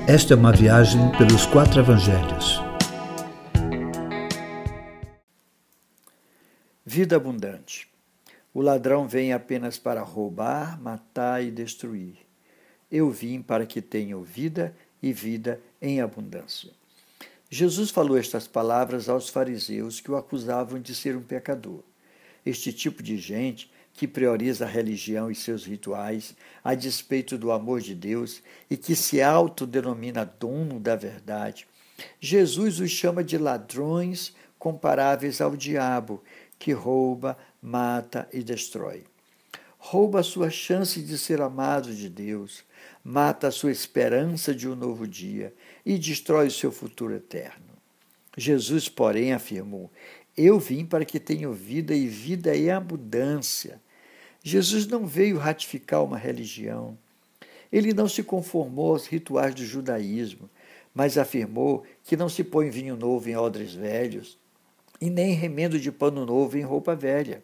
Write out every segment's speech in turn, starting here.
Esta é uma viagem pelos 4 evangelhos. Vida abundante. O ladrão vem apenas para roubar, matar e destruir. Eu vim para que tenham vida e vida em abundância. Jesus falou estas palavras aos fariseus que o acusavam de ser um pecador. Este tipo de gente que prioriza a religião e seus rituais a despeito do amor de Deus e que se autodenomina dono da verdade, Jesus os chama de ladrões comparáveis ao diabo, que rouba, mata e destrói. Rouba a sua chance de ser amado de Deus, mata a sua esperança de um novo dia e destrói o seu futuro eterno. Jesus, porém, afirmou: Eu vim para que tenham vida e vida em abundância. Jesus não veio ratificar uma religião. Ele não se conformou aos rituais do judaísmo, mas afirmou que não se põe vinho novo em odres velhos e nem remendo de pano novo em roupa velha.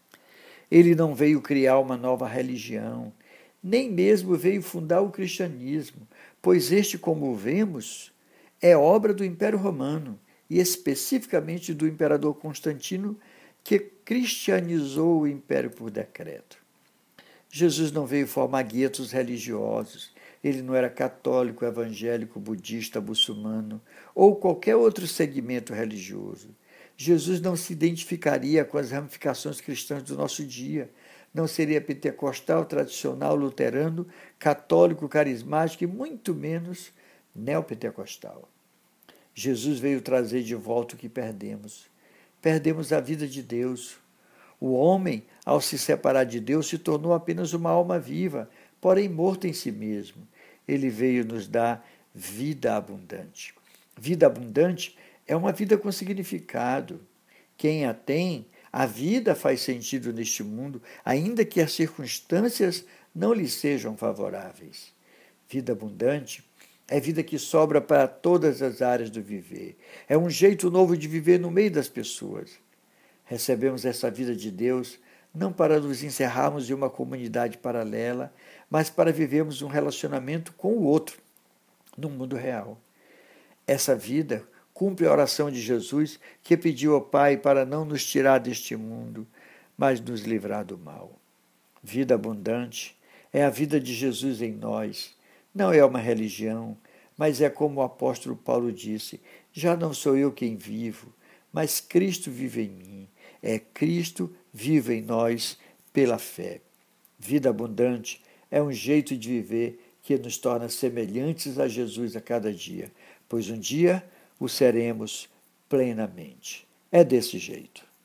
Ele não veio criar uma nova religião, nem mesmo veio fundar o cristianismo, pois este, como vemos, é obra do Império Romano e especificamente do imperador Constantino, que cristianizou o império por decreto. Jesus não veio formar guetos religiosos. Ele não era católico, evangélico, budista, muçulmano ou qualquer outro segmento religioso. Jesus não se identificaria com as ramificações cristãs do nosso dia. Não seria pentecostal, tradicional, luterano, católico, carismático e muito menos neopentecostal. Jesus veio trazer de volta o que perdemos. Perdemos a vida de Deus. O homem, ao se separar de Deus, se tornou apenas uma alma viva, porém morta em si mesmo. Ele veio nos dar vida abundante. Vida abundante é uma vida com significado. Quem a tem, a vida faz sentido neste mundo, ainda que as circunstâncias não lhe sejam favoráveis. Vida abundante é vida que sobra para todas as áreas do viver. É um jeito novo de viver no meio das pessoas. Recebemos essa vida de Deus não para nos encerrarmos em uma comunidade paralela, mas para vivermos um relacionamento com o outro, no mundo real. Essa vida cumpre a oração de Jesus, que pediu ao Pai para não nos tirar deste mundo, mas nos livrar do mal. Vida abundante é a vida de Jesus em nós. Não é uma religião, mas é como o apóstolo Paulo disse: já não sou eu quem vivo, mas Cristo vive em mim. É Cristo vivo em nós pela fé. Vida abundante é um jeito de viver que nos torna semelhantes a Jesus a cada dia, pois um dia o seremos plenamente. É desse jeito.